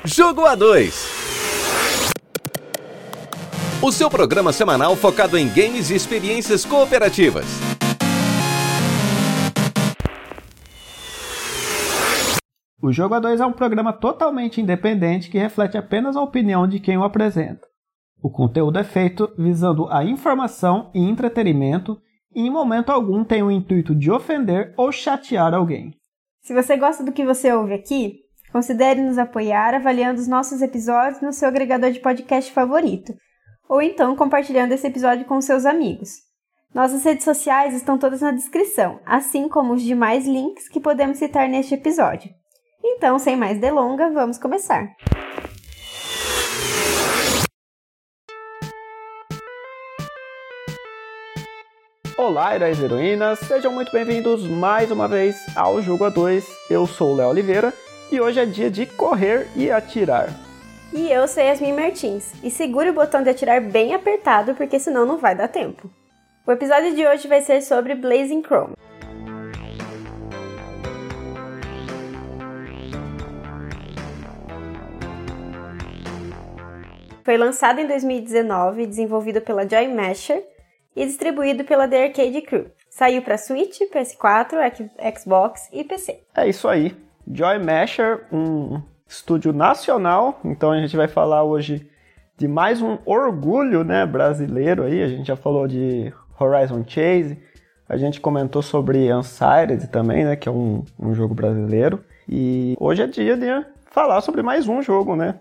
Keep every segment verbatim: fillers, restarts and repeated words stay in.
Jogo A dois. O seu programa semanal focado em games e experiências cooperativas. O Jogo A dois é um programa totalmente independente que reflete apenas a opinião de quem o apresenta. O conteúdo é feito visando a informação e entretenimento e em momento algum tem o intuito de ofender ou chatear alguém. Se você gosta do que você ouve aqui, considere nos apoiar avaliando os nossos episódios no seu agregador de podcast favorito, ou então compartilhando esse episódio com seus amigos. Nossas redes sociais estão todas na descrição, assim como os demais links que podemos citar neste episódio. Então, sem mais delongas, vamos começar. Olá, heróis e heroínas, sejam muito bem-vindos mais uma vez ao Jogo A dois. Eu sou o Léo Oliveira e hoje é dia de correr e atirar. E eu sou Yasmin Martins, e segure o botão de atirar bem apertado, porque senão não vai dar tempo. O episódio de hoje vai ser sobre Blazing Chrome. Foi lançado em dois mil e dezenove, desenvolvido pela Joy Masher e distribuído pela The Arcade Crew. Saiu para Switch, P S quatro, Xbox e P C. É isso aí. Joy Masher, um estúdio nacional, então a gente vai falar hoje de mais um orgulho, né, brasileiro aí. A gente já falou de Horizon Chase, a gente comentou sobre Unsighted também, né, que é um, um jogo brasileiro. E hoje é dia de falar sobre mais um jogo, né,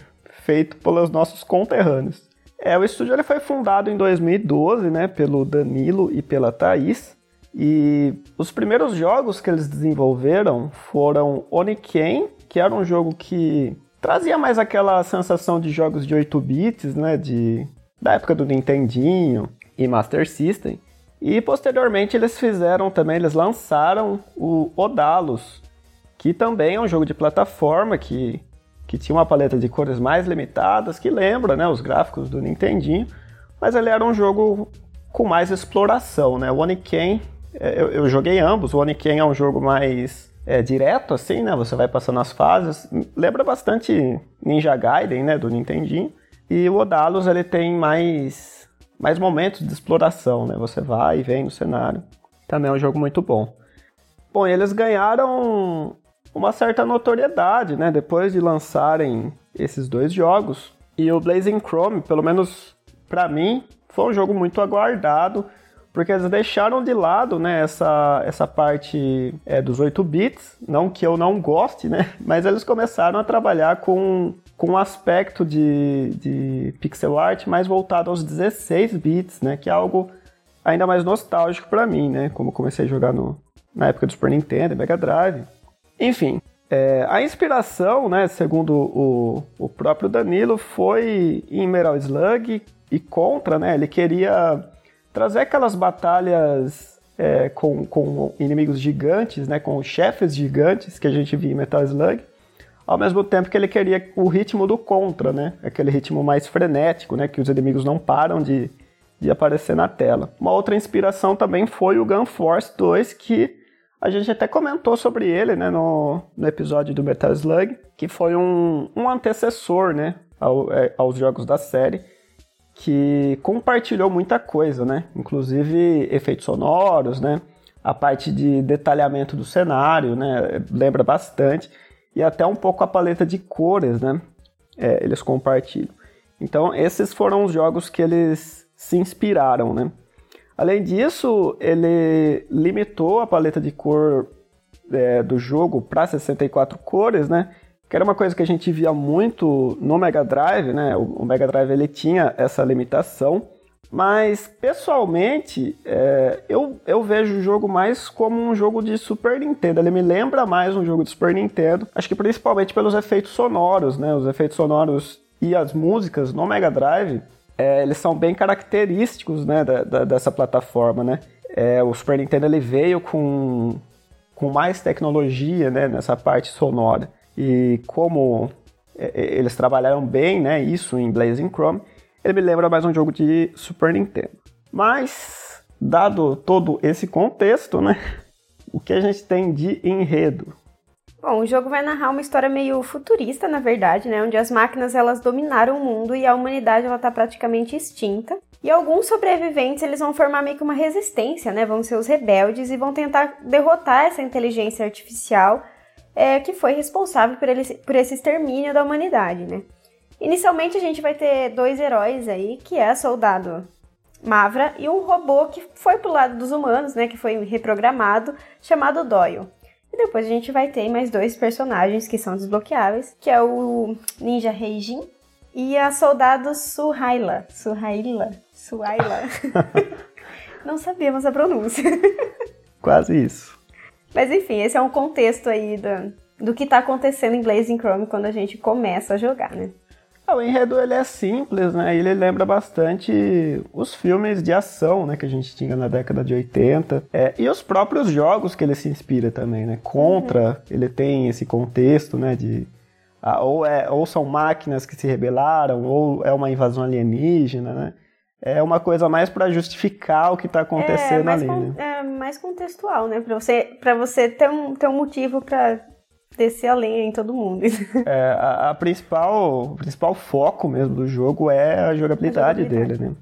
feito pelos nossos conterrâneos. É, o estúdio ele foi fundado em dois mil e doze, né, pelo Danilo e pela Thaís. E os primeiros jogos que eles desenvolveram foram Oniken, que era um jogo que trazia mais aquela sensação de jogos de oito bits, né, de, da época do Nintendinho e Master System. E posteriormente eles fizeram também, eles lançaram o Odalos, que também é um jogo de plataforma que, que tinha uma paleta de cores mais limitadas, que lembra, né, os gráficos do Nintendinho, mas ele era um jogo com mais exploração, né. O Oniken, eu, eu joguei ambos. O Oniken é um jogo mais é, direto, assim, né? Você vai passando as fases. Lembra bastante Ninja Gaiden, né? Do Nintendinho. E o Odalos, ele tem mais, mais momentos de exploração, né? Você vai e vem no cenário. Também é um jogo muito bom. Bom, e eles ganharam uma certa notoriedade, né? Depois de lançarem esses dois jogos. E o Blazing Chrome, pelo menos pra mim, foi um jogo muito aguardado, porque eles deixaram de lado, né, essa, essa parte é, dos oito bits, não que eu não goste, né, mas eles começaram a trabalhar com, com um aspecto de, de pixel art mais voltado aos dezesseis bits, né, que é algo ainda mais nostálgico para mim, né, como eu comecei a jogar no, na época do Super Nintendo e Mega Drive. Enfim, é, a inspiração, né, segundo o, o próprio Danilo, foi em Metal Slug e Contra, né, ele queria trazer aquelas batalhas é, com, com inimigos gigantes, né, com chefes gigantes que a gente via em Metal Slug, ao mesmo tempo que ele queria o ritmo do Contra, né, aquele ritmo mais frenético, né, que os inimigos não param de, de aparecer na tela. Uma outra inspiração também foi o Gun Force dois, que a gente até comentou sobre ele, né, no, no episódio do Metal Slug, que foi um, um antecessor, né, ao, é, aos jogos da série, que compartilhou muita coisa, né? Inclusive efeitos sonoros, né? A parte de detalhamento do cenário, né? Lembra bastante. E até um pouco a paleta de cores, né? É, eles compartilham. Então, esses foram os jogos que eles se inspiraram, né? Além disso, ele limitou a paleta de cor é, do jogo para sessenta e quatro cores, né? Que era uma coisa que a gente via muito no Mega Drive, né? O Mega Drive ele tinha essa limitação, mas pessoalmente é, eu, eu vejo o jogo mais como um jogo de Super Nintendo. Ele me lembra mais um jogo de Super Nintendo, acho que principalmente pelos efeitos sonoros, né? Os efeitos sonoros e as músicas no Mega Drive, é, eles são bem característicos, né, da, da, dessa plataforma, né? É, o Super Nintendo ele veio com, com mais tecnologia, né, nessa parte sonora. E como eles trabalharam bem, né, isso em Blazing Chrome, ele me lembra mais um jogo de Super Nintendo. Mas, dado todo esse contexto, né, o que a gente tem de enredo? Bom, o jogo vai narrar uma história meio futurista, na verdade, né? Onde as máquinas, elas dominaram o mundo e a humanidade, ela tá praticamente extinta. E alguns sobreviventes, eles vão formar meio que uma resistência, né? Vão ser os rebeldes e vão tentar derrotar essa inteligência artificial é, que foi responsável por, ele, por esse extermínio da humanidade, né? Inicialmente, a gente vai ter dois heróis aí, que é a Soldado Mavra e um robô que foi pro lado dos humanos, né? Que foi reprogramado, chamado Doyle. E depois a gente vai ter mais dois personagens que são desbloqueáveis, que é o Ninja Heijin e a Soldado Suhaila. Suhaila? Suhaila. Não sabemos a pronúncia. Quase isso. Mas enfim, esse é um contexto aí do, do que tá acontecendo em Blazing Chrome quando a gente começa a jogar, né? O enredo ele é simples, né? Ele lembra bastante os filmes de ação, né, que a gente tinha na década de oitenta. É, e os próprios jogos que ele se inspira também, né? Contra, uhum. ele tem esse contexto, né? De, ah, ou, é, ou são máquinas que se rebelaram, ou é uma invasão alienígena, né? É uma coisa mais para justificar o que tá acontecendo é, ali, con- né? É mais contextual, né? Pra você, pra você ter, um, ter um motivo pra descer a lenha em todo mundo. É, a, a principal, o principal foco mesmo do jogo é a jogabilidade, a jogabilidade dele, né?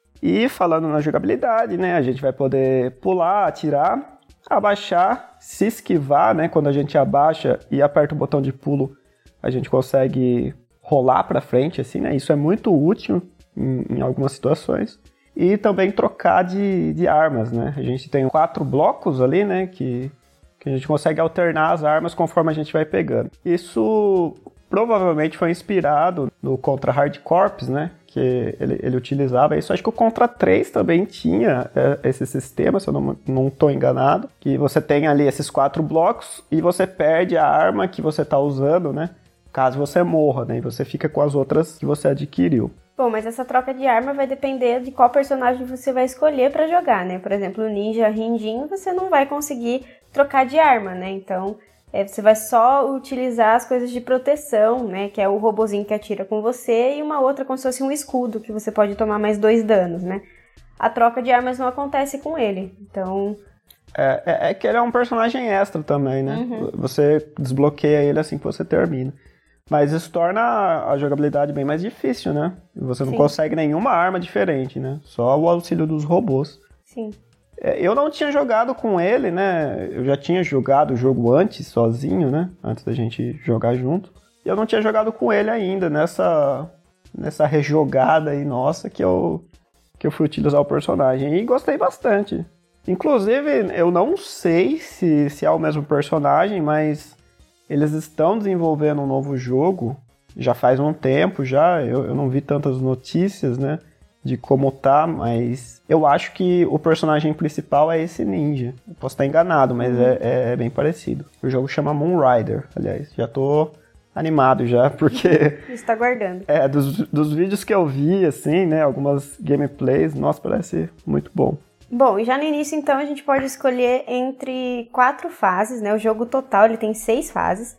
E falando na jogabilidade, né? A gente vai poder pular, atirar, abaixar, se esquivar, né? Quando a gente abaixa e aperta o botão de pulo, a gente consegue rolar pra frente, assim, né? Isso é muito útil em, em algumas situações. E também trocar de, de armas, né? A gente tem quatro blocos ali, né? Que... que a gente consegue alternar as armas conforme a gente vai pegando. Isso provavelmente foi inspirado no Contra Hard Corps, né? Que ele, ele utilizava isso. Acho que o Contra três também tinha é, esse sistema, se eu não, não estou enganado. Que você tem ali esses quatro blocos e você perde a arma que você está usando, né? Caso você morra, né? E você fica com as outras que você adquiriu. Bom, mas essa troca de arma vai depender de qual personagem você vai escolher para jogar, né? Por exemplo, o Ninja Heijin, você não vai conseguir trocar de arma, né? Então, é, você vai só utilizar as coisas de proteção, né? Que é o robozinho que atira com você e uma outra como se fosse um escudo, que você pode tomar mais dois danos, né? A troca de armas não acontece com ele, então... É, é, é que ele é um personagem extra também, né? Uhum. Você desbloqueia ele assim que você termina. Mas isso torna a jogabilidade bem mais difícil, né? Você não Sim. consegue nenhuma arma diferente, né? Só o auxílio dos robôs. Sim. Eu não tinha jogado com ele, né? Eu já tinha jogado o jogo antes, sozinho, né? Antes da gente jogar junto. E eu não tinha jogado com ele ainda, nessa, nessa rejogada aí nossa que eu, que eu fui utilizar o personagem. E gostei bastante. Inclusive, eu não sei se, se é o mesmo personagem, mas eles estão desenvolvendo um novo jogo. Já faz um tempo, já. Eu, eu não vi tantas notícias, né? De como tá, mas eu acho que o personagem principal é esse ninja. Eu posso estar enganado, mas uhum. é, é, é bem parecido. O jogo chama Moonrider, aliás. Já tô animado já, porque... Está guardando. É, dos, dos vídeos que eu vi, assim, né, algumas gameplays, nossa, parece muito bom. Bom, e já no início, então, a gente pode escolher entre quatro fases, né? O jogo total, ele tem seis fases,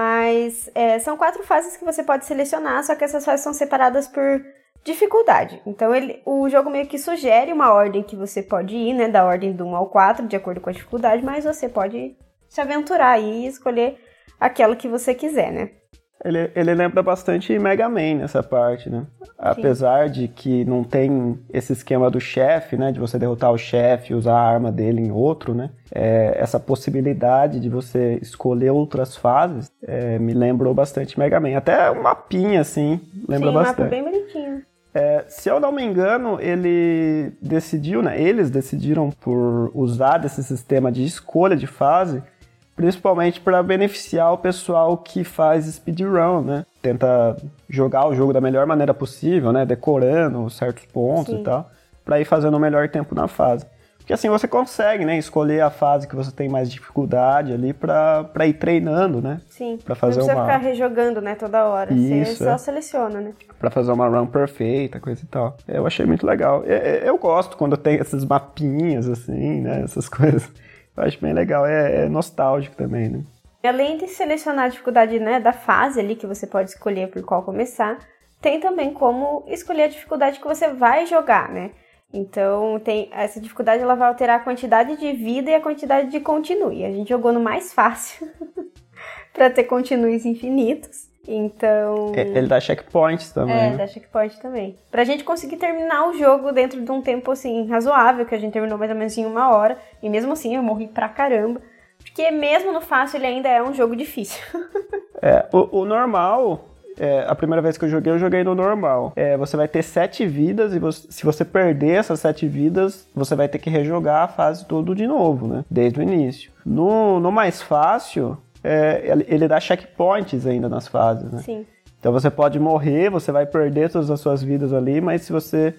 mas é, são quatro fases que você pode selecionar, só que essas fases são separadas por dificuldade. Então, ele, o jogo meio que sugere uma ordem que você pode ir, né? Da ordem do um ao quatro, de acordo com a dificuldade, mas você pode se aventurar aí e escolher aquela que você quiser, né? Ele, ele lembra bastante Mega Man nessa parte, né? Sim. Apesar de que não tem esse esquema do chefe, né? De você derrotar o chefe e usar a arma dele em outro, né? É, essa possibilidade de você escolher outras fases é, me lembrou bastante Mega Man. Até um mapinha, assim, lembra Sim, bastante. Sim, um mapa bem bonitinho. É, se eu não me engano, ele decidiu, né? Eles decidiram por usar desse sistema de escolha de fase, principalmente para beneficiar o pessoal que faz speedrun, né? Tenta jogar o jogo da melhor maneira possível, né? Decorando certos pontos Sim. e tal, para ir fazendo o melhor tempo na fase. Porque assim você consegue, né? Escolher a fase que você tem mais dificuldade ali para ir treinando, né? Sim, pra fazer não precisa uma... ficar rejogando, né? Toda hora. Isso, você só é. seleciona, né? Pra fazer uma run perfeita, coisa e tal. Eu achei muito legal. Eu, eu gosto quando tem esses mapinhas, assim, né? Essas coisas. Eu acho bem legal, é, é nostálgico também, né? Além de selecionar a dificuldade, né, da fase ali que você pode escolher por qual começar, tem também como escolher a dificuldade que você vai jogar, né? Então, tem, essa dificuldade ela vai alterar a quantidade de vida e a quantidade de continue. A gente jogou no mais fácil, pra ter continues infinitos. Então... Ele dá checkpoints também. É, né? dá checkpoint também. Pra gente conseguir terminar o jogo dentro de um tempo, assim, razoável, que a gente terminou mais ou menos em uma hora. E mesmo assim, eu morri pra caramba. Porque mesmo no fácil, ele ainda é um jogo difícil. É, o, o normal... É, a primeira vez que eu joguei, eu joguei no normal. É, você vai ter sete vidas e você, se você perder essas sete vidas, você vai ter que rejogar a fase toda de novo, né? Desde o início. No, no mais fácil... É, ele dá checkpoints ainda nas fases, né? Sim. Então você pode morrer, você vai perder todas as suas vidas ali, mas se você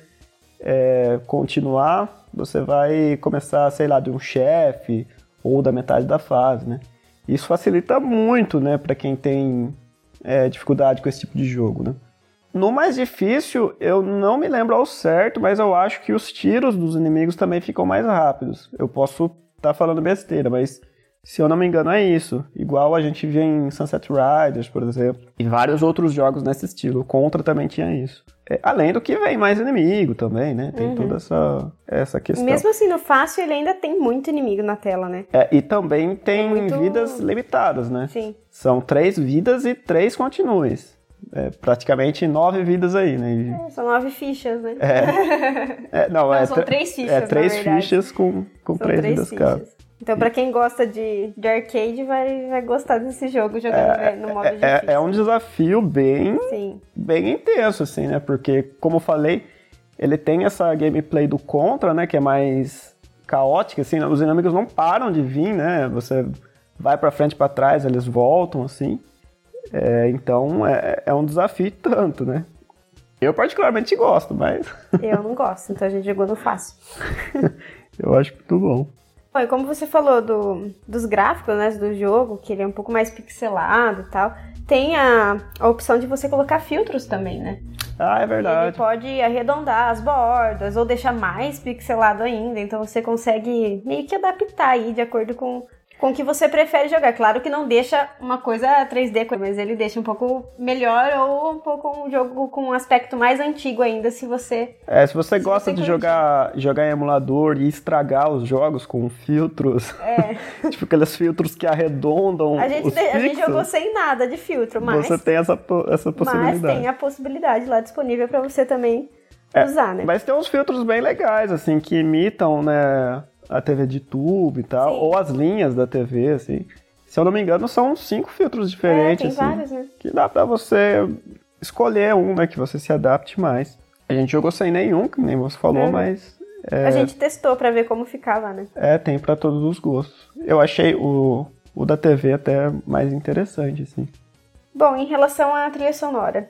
é, continuar, você vai começar, sei lá, de um chefe ou da metade da fase, né? Isso facilita muito, né, para quem tem é, dificuldade com esse tipo de jogo, né? No mais difícil, eu não me lembro ao certo, mas eu acho que os tiros dos inimigos também ficam mais rápidos. Eu posso estar tá falando besteira, mas... Se eu não me engano, é isso. Igual a gente vê em Sunset Riders, por exemplo. E vários outros jogos nesse estilo. O Contra também tinha isso. É, além do que vem mais inimigo também, né? Tem uhum. toda essa, essa questão. Mesmo assim, no fácil, ele ainda tem muito inimigo na tela, né? É, e também tem muito... vidas limitadas, né? Sim. São três vidas e três continues. É, praticamente nove vidas aí, né? E... É, são nove fichas, né? É. é não, não, é são três fichas, É três na verdade. fichas com, com três, três vidas fichas. cada. Então, pra quem gosta de, de arcade, vai, vai gostar desse jogo jogando é, no modo é, difícil. É um desafio bem, Sim. bem intenso, assim, né? Porque, como eu falei, ele tem essa gameplay do Contra, né? Que é mais caótica, assim. Os inimigos não param de vir, né? Você vai pra frente e pra trás, eles voltam, assim. É, então, é, é um desafio tanto, né? Eu particularmente gosto, mas... Eu não gosto, então a gente jogou no fácil. Eu acho muito bom. Bom, e como você falou do, dos gráficos, né, do jogo, que ele é um pouco mais pixelado e tal, tem a, a opção de você colocar filtros também, né? Ah, é verdade. Ele pode arredondar as bordas ou deixar mais pixelado ainda, então você consegue meio que adaptar aí de acordo com, com o que você prefere jogar. Claro que não deixa uma coisa três D, mas ele deixa um pouco melhor ou um pouco um jogo com um aspecto mais antigo ainda, se você... É, se você se gosta você de jogar, jogar em emulador e estragar os jogos com filtros, é. tipo aqueles filtros que arredondam a gente os de, pixels, a gente jogou sem nada de filtro, mas... Você tem essa, essa possibilidade. Mas tem a possibilidade lá disponível para você também é, usar, né? Mas tem uns filtros bem legais, assim, que imitam, né... a T V de tubo e tal, Sim. ou as linhas da T V, assim. Se eu não me engano, são cinco filtros diferentes, é, tem assim, vários, né? que dá pra você escolher um, né, que você se adapte mais. A gente jogou sem nenhum, que nem você falou, uhum. mas... É, a gente testou pra ver como ficava, né? É, tem pra todos os gostos. Eu achei o, o da T V até mais interessante, assim. Bom, em relação à trilha sonora.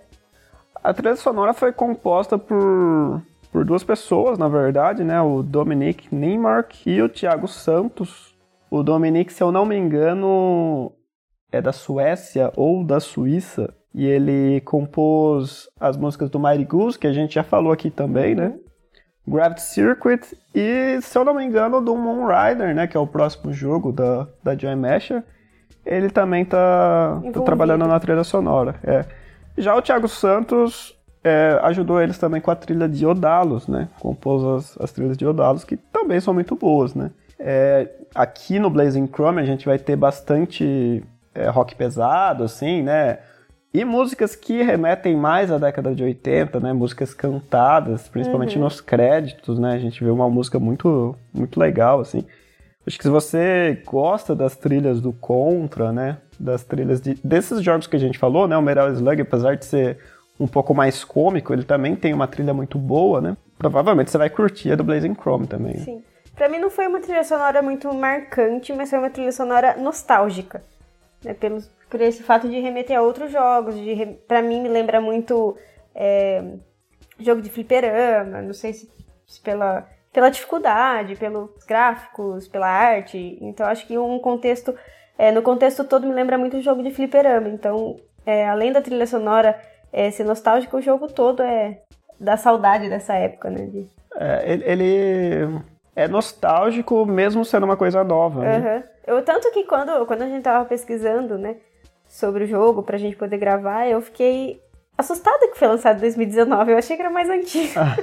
A trilha sonora foi composta por... por duas pessoas, na verdade, né? O Dominic Neimark e o Thiago Santos. O Dominic, se eu não me engano, é da Suécia ou da Suíça. E ele compôs as músicas do Mighty Goose, que a gente já falou aqui também, né? Gravity Circuit e, se eu não me engano, do Moon Rider, né? Que é o próximo jogo da, da Joy Masher. Ele também tá, tá trabalhando na trilha sonora. É. Já o Thiago Santos... É, ajudou eles também com a trilha de Odalos, né? Compôs as, as trilhas de Odalos, que também são muito boas, né? É, aqui no Blazing Chrome a gente vai ter bastante é, rock pesado, assim, né? E músicas que remetem mais à década de oitenta, né? Músicas cantadas, principalmente uhum. nos créditos, né? A gente vê uma música muito, muito legal, assim. Acho que se você gosta das trilhas do Contra, né? Das trilhas de, desses jogos que a gente falou, né? O Metal Slug, apesar de ser um pouco mais cômico, ele também tem uma trilha muito boa, né? Provavelmente você vai curtir a do Blazing Chrome também. Sim. Pra mim não foi uma trilha sonora muito marcante, mas foi uma trilha sonora nostálgica. Né? Pelo, por esse fato de remeter a outros jogos. De, pra mim me lembra muito é, jogo de fliperama, não sei se, se pela, pela dificuldade, pelos gráficos, pela arte. Então acho que um contexto, é, no contexto todo me lembra muito jogo de fliperama. Então, é, além da trilha sonora é, ser nostálgico, o jogo todo é da saudade dessa época, né? De... É, ele, ele é nostálgico mesmo sendo uma coisa nova, né? Uhum. Eu, tanto que quando, quando a gente tava pesquisando, né, sobre o jogo pra gente poder gravar, eu fiquei assustada que foi lançado em dois mil e dezenove. Eu achei que era mais antigo. Ah,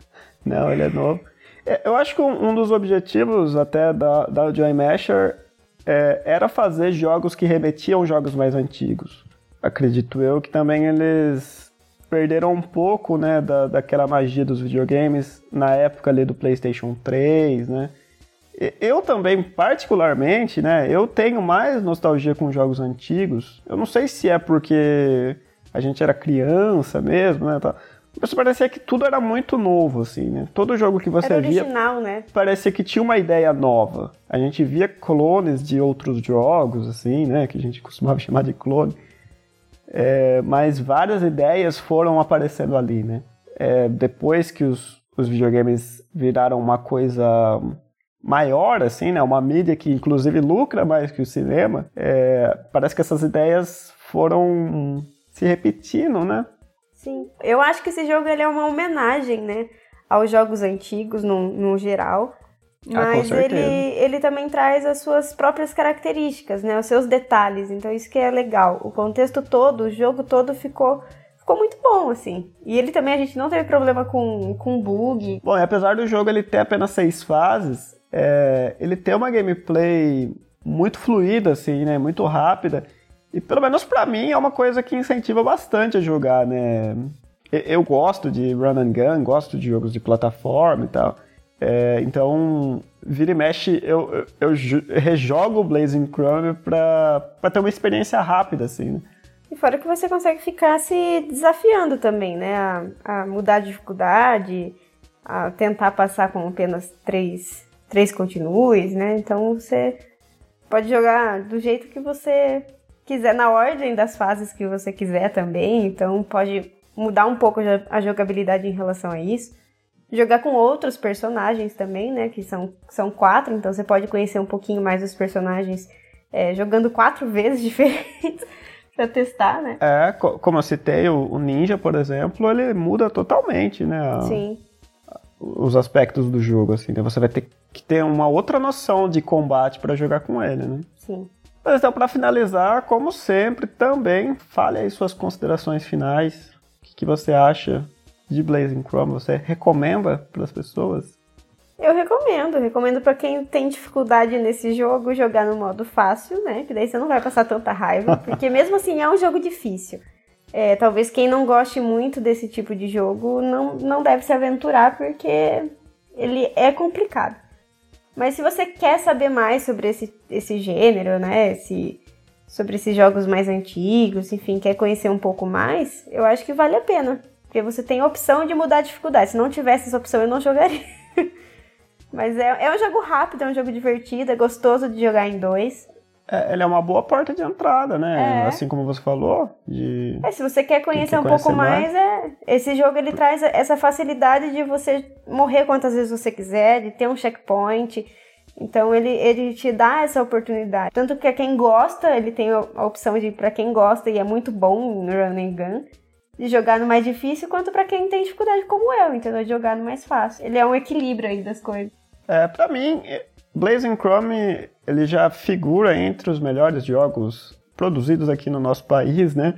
não, ele é novo. Eu acho que um, um dos objetivos até da, da Joy Masher é, era fazer jogos que remetiam jogos mais antigos. Acredito eu que também eles perderam um pouco, né, da, daquela magia dos videogames na época ali do PlayStation três, né? Eu também, particularmente, né, eu tenho mais nostalgia com jogos antigos. Eu não sei se é porque a gente era criança mesmo, né, tá? Mas parecia que tudo era muito novo, assim, né? Todo jogo que você era via... original, né? Parecia que tinha uma ideia nova. A gente via clones de outros jogos, assim, né? Que a gente costumava chamar de clone. É, mas várias ideias foram aparecendo ali, né? É, depois que os, os videogames viraram uma coisa maior, assim, né? Uma mídia que, inclusive, lucra mais que o cinema. É, parece que essas ideias foram se repetindo, né? Sim. Eu acho que esse jogo ele é uma homenagem, né, aos jogos antigos no, no geral, mas ah, ele, ele também traz as suas próprias características, né, os seus detalhes, então isso que é legal. O contexto todo, o jogo todo ficou, ficou muito bom, assim. E ele também, a gente não teve problema com, com bug. Bom, e apesar do jogo ele ter apenas seis fases, é, ele tem uma gameplay muito fluida, assim, né, muito rápida. E pelo menos pra mim é uma coisa que incentiva bastante a jogar, né? Eu gosto de run and gun, gosto de jogos de plataforma e tal. É, então, vira e mexe, eu, eu, eu rejogo o Blazing Chrome pra, pra ter uma experiência rápida, assim, né? E fora que você consegue ficar se desafiando também, né? A, a mudar a dificuldade, a tentar passar com apenas três, três continues, né? Então você pode jogar do jeito que você quiser, na ordem das fases que você quiser também, então pode mudar um pouco a jogabilidade em relação a isso. Jogar com outros personagens também, né, que são, são quatro, então você pode conhecer um pouquinho mais dos personagens é, jogando quatro vezes diferentes pra testar, né? É, como eu citei, o Ninja, por exemplo, ele muda totalmente, né? Sim. Os aspectos do jogo, assim, né? Você vai ter que ter uma outra noção de combate pra jogar com ele, né? Sim. Mas então, para finalizar, como sempre, também fale aí suas considerações finais. O que, que você acha de Blazing Chrome? Você recomenda para as pessoas? Eu recomendo. Recomendo para quem tem dificuldade nesse jogo jogar no modo fácil, né? Que daí você não vai passar tanta raiva. Porque mesmo assim é um jogo difícil. É, talvez quem não goste muito desse tipo de jogo não, não deve se aventurar porque ele é complicado. Mas se você quer saber mais sobre esse, esse gênero, né, esse, sobre esses jogos mais antigos, enfim, quer conhecer um pouco mais, eu acho que vale a pena. Porque você tem a opção de mudar a dificuldade. Se não tivesse essa opção, eu não jogaria. Mas é, é um jogo rápido, é um jogo divertido, é gostoso de jogar em dois. É, ele é uma boa porta de entrada, né? É. Assim como você falou. De... É, se você quer conhecer quer um conhecer pouco mais, mais, é, esse jogo ele traz essa facilidade de você morrer quantas vezes você quiser, de ter um checkpoint. Então ele, ele te dá essa oportunidade. Tanto que quem gosta, ele tem a opção de, pra quem gosta e é muito bom no Run and Gun, de jogar no mais difícil, quanto pra quem tem dificuldade como eu, entendeu? De jogar no mais fácil. Ele é um equilíbrio aí das coisas. É, pra mim, Blazing Chrome, ele já figura entre os melhores jogos produzidos aqui no nosso país, né?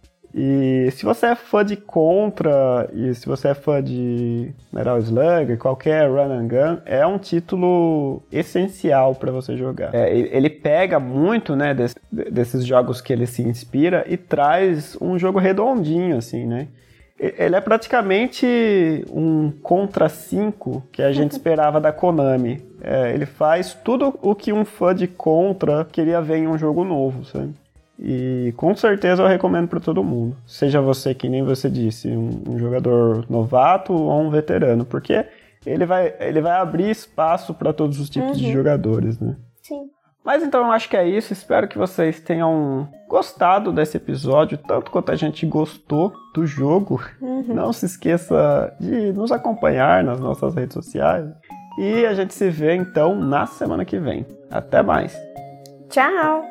E se você é fã de Contra, e se você é fã de Metal Slug, qualquer Run and Gun, é um título essencial para você jogar. É, ele pega muito, né, desse, desses jogos que ele se inspira e traz um jogo redondinho, assim, né? Ele é praticamente um Contra cinco que a gente esperava da Konami. É, ele faz tudo o que um fã de Contra queria ver em um jogo novo, sabe? E com certeza eu recomendo para todo mundo. Seja você, que nem você disse, um, um jogador novato ou um veterano, porque ele vai, ele vai abrir espaço para todos os tipos uhum. de jogadores, né? Sim. Mas então eu acho que é isso. Espero que vocês tenham gostado desse episódio, tanto quanto a gente gostou do jogo. Uhum. Não se esqueça de nos acompanhar nas nossas redes sociais. E a gente se vê então na semana que vem. Até mais. Tchau!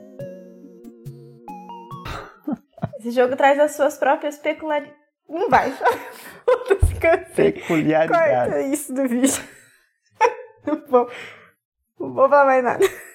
Esse jogo traz as suas próprias peculiaridades. Não vai. Peculiaridades. Corta isso do vídeo. Não vou, não vou falar mais nada.